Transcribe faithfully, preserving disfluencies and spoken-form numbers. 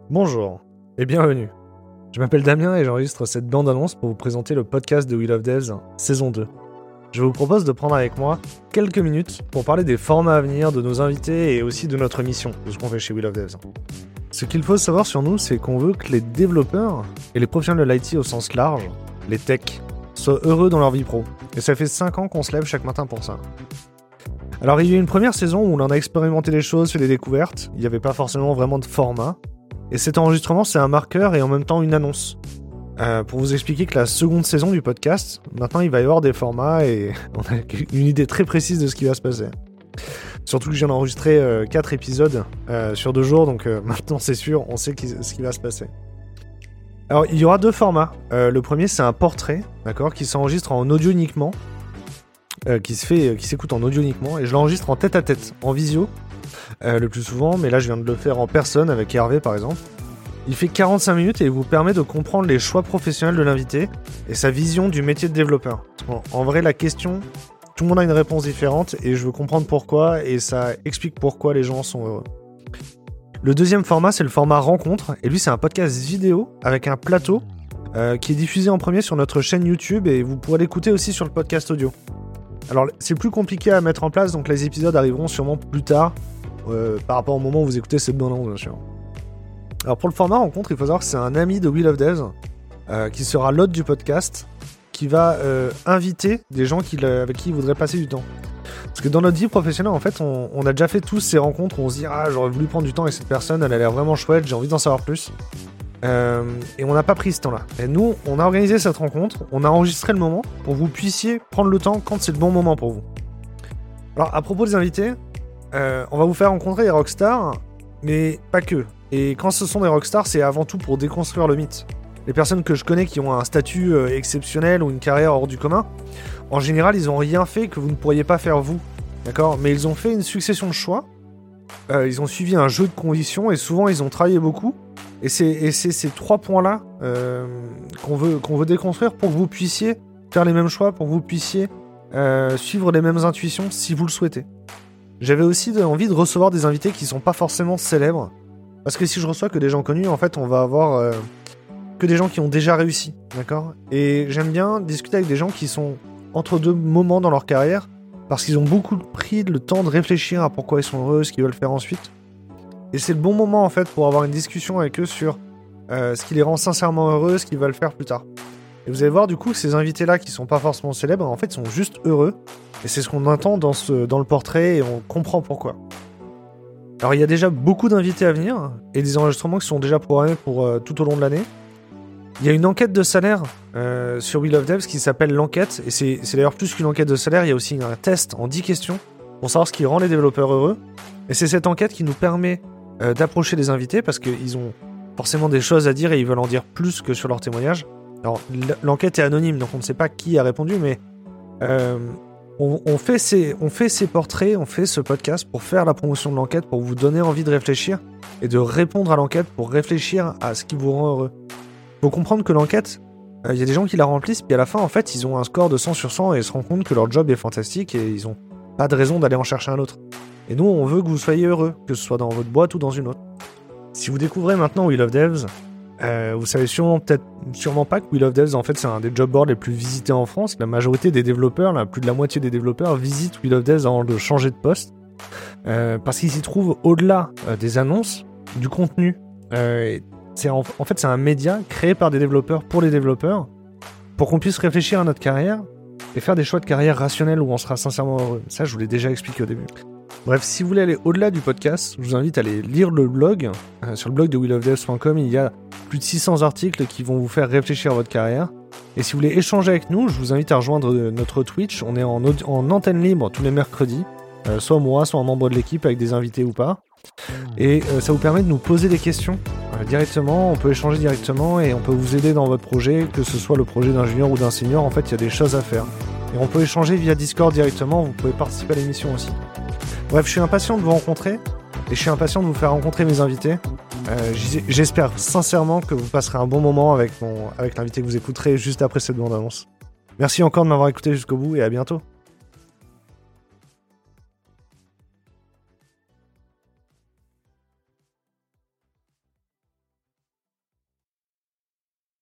Bonjour et bienvenue. Je m'appelle Damien et j'enregistre cette bande-annonce pour vous présenter le podcast de We Love Devs, saison deux. Je vous propose de prendre avec moi quelques minutes pour parler des formats à venir, de nos invités et aussi de notre mission, de ce qu'on fait chez We Love Devs. Ce qu'il faut savoir sur nous, c'est qu'on veut que les développeurs et les professionnels de l'I T au sens large, les techs, soient heureux dans leur vie pro. Et ça fait cinq ans qu'on se lève chaque matin pour ça. Alors il y a eu une première saison où on en a expérimenté des choses, fait des découvertes, il n'y avait pas forcément vraiment de format. Et cet enregistrement, c'est un marqueur et en même temps une annonce. Euh, pour vous expliquer que la seconde saison du podcast, maintenant il va y avoir des formats et on a une idée très précise de ce qui va se passer. Surtout que je viens d'enregistrer euh, quatre épisodes euh, sur deux jours, donc euh, maintenant c'est sûr, on sait qui, ce qui va se passer. Alors il y aura deux formats. Euh, le premier c'est un portrait, d'accord, qui s'enregistre en audio uniquement, euh, qui se fait, euh, qui s'écoute en audio uniquement, et je l'enregistre en tête à tête, en visio. Euh, le plus souvent, mais là je viens de le faire en personne avec Hervé par exemple. Il fait quarante-cinq minutes et il vous permet de comprendre les choix professionnels de l'invité et sa vision du métier de développeur. En, en vrai, la question, tout le monde a une réponse différente et je veux comprendre pourquoi et ça explique pourquoi les gens sont heureux. Le deuxième format, c'est le format rencontre et lui c'est un podcast vidéo avec un plateau euh, qui est diffusé en premier sur notre chaîne YouTube et vous pourrez l'écouter aussi sur le podcast audio. Alors c'est plus compliqué à mettre en place, donc les épisodes arriveront sûrement plus tard. Euh, par rapport au moment où vous écoutez cette bande-annonce, bien sûr. Alors pour le format rencontre, il faut savoir que c'est un ami de We Love Devs euh, qui sera l'hôte du podcast, qui va euh, inviter des gens qui, avec qui il voudrait passer du temps. Parce que dans notre vie professionnelle, en fait, on, on a déjà fait tous ces rencontres où on se dit « Ah, j'aurais voulu prendre du temps avec cette personne, elle a l'air vraiment chouette, j'ai envie d'en savoir plus. Euh, » Et on n'a pas pris ce temps-là. Et nous, on a organisé cette rencontre, on a enregistré le moment pour que vous puissiez prendre le temps quand c'est le bon moment pour vous. Alors à propos des invités, Euh, on va vous faire rencontrer des rockstars, mais pas que. Et quand ce sont des rockstars, c'est avant tout pour déconstruire le mythe. Les personnes que je connais qui ont un statut euh, exceptionnel ou une carrière hors du commun, en général, ils ont rien fait que vous ne pourriez pas faire vous. D'accord ? Mais ils ont fait une succession de choix, euh, ils ont suivi un jeu de conditions et souvent ils ont travaillé beaucoup. Et c'est, et c'est ces trois points-là euh, qu'on veut, qu'on veut déconstruire pour que vous puissiez faire les mêmes choix, pour que vous puissiez euh, suivre les mêmes intuitions si vous le souhaitez. J'avais aussi envie de recevoir des invités qui sont pas forcément célèbres. Parce que si je reçois que des gens connus, en fait, on va avoir euh, que des gens qui ont déjà réussi. D'accord ? Et j'aime bien discuter avec des gens qui sont entre deux moments dans leur carrière, parce qu'ils ont beaucoup pris le temps de réfléchir à pourquoi ils sont heureux, ce qu'ils veulent faire ensuite. Et c'est le bon moment, en fait, pour avoir une discussion avec eux sur euh, ce qui les rend sincèrement heureux, ce qu'ils veulent faire plus tard. Et vous allez voir, du coup, que ces invités-là, qui sont pas forcément célèbres, en fait, sont juste heureux. Et c'est ce qu'on entend dans, ce, dans le portrait et on comprend pourquoi. Alors il y a déjà beaucoup d'invités à venir et des enregistrements qui sont déjà programmés pour euh, tout au long de l'année. Il y a une enquête de salaire euh, sur We Love Devs qui s'appelle l'enquête. Et c'est, c'est d'ailleurs plus qu'une enquête de salaire, il y a aussi un test en dix questions pour savoir ce qui rend les développeurs heureux. Et c'est cette enquête qui nous permet euh, d'approcher les invités parce qu'ils ont forcément des choses à dire et ils veulent en dire plus que sur leur témoignage. Alors l'enquête est anonyme donc on ne sait pas qui a répondu mais... Euh, On, on, fait ces, on fait ces portraits, on fait ce podcast pour faire la promotion de l'enquête, pour vous donner envie de réfléchir et de répondre à l'enquête pour réfléchir à ce qui vous rend heureux. Il faut comprendre que l'enquête, il euh, y a des gens qui la remplissent, puis à la fin, en fait, ils ont un score de cent sur cent et ils se rendent compte que leur job est fantastique et ils n'ont pas de raison d'aller en chercher un autre. Et nous, on veut que vous soyez heureux, que ce soit dans votre boîte ou dans une autre. Si vous découvrez maintenant We Love Devs, Euh, vous savez sûrement peut-être sûrement pas que We Love Devs en fait c'est un des job boards les plus visités en France. La majorité des développeurs, là, plus de la moitié des développeurs visitent We Love Devs avant de changer de poste euh, parce qu'ils y trouvent au-delà euh, des annonces du contenu. Euh, c'est en, en fait c'est un média créé par des développeurs pour les développeurs pour qu'on puisse réfléchir à notre carrière et faire des choix de carrière rationnels où on sera sincèrement heureux. Ça je vous l'ai déjà expliqué au début. Bref, si vous voulez aller au-delà du podcast, je vous invite à aller lire le blog. Euh, sur le blog de we love devs point com, il y a plus de six cents articles qui vont vous faire réfléchir à votre carrière. Et si vous voulez échanger avec nous, je vous invite à rejoindre notre Twitch. On est en, audi- en antenne libre tous les mercredis, euh, soit moi, soit un membre de l'équipe avec des invités ou pas. Et euh, ça vous permet de nous poser des questions euh, directement, on peut échanger directement et on peut vous aider dans votre projet, que ce soit le projet d'un junior ou d'un senior. En fait, il y a des choses à faire. Et on peut échanger via Discord directement, vous pouvez participer à l'émission aussi. Bref, je suis impatient de vous rencontrer et je suis impatient de vous faire rencontrer mes invités. Euh, j'espère sincèrement que vous passerez un bon moment avec, mon, avec l'invité que vous écouterez juste après cette bande-annonce. Merci encore de m'avoir écouté jusqu'au bout et à bientôt.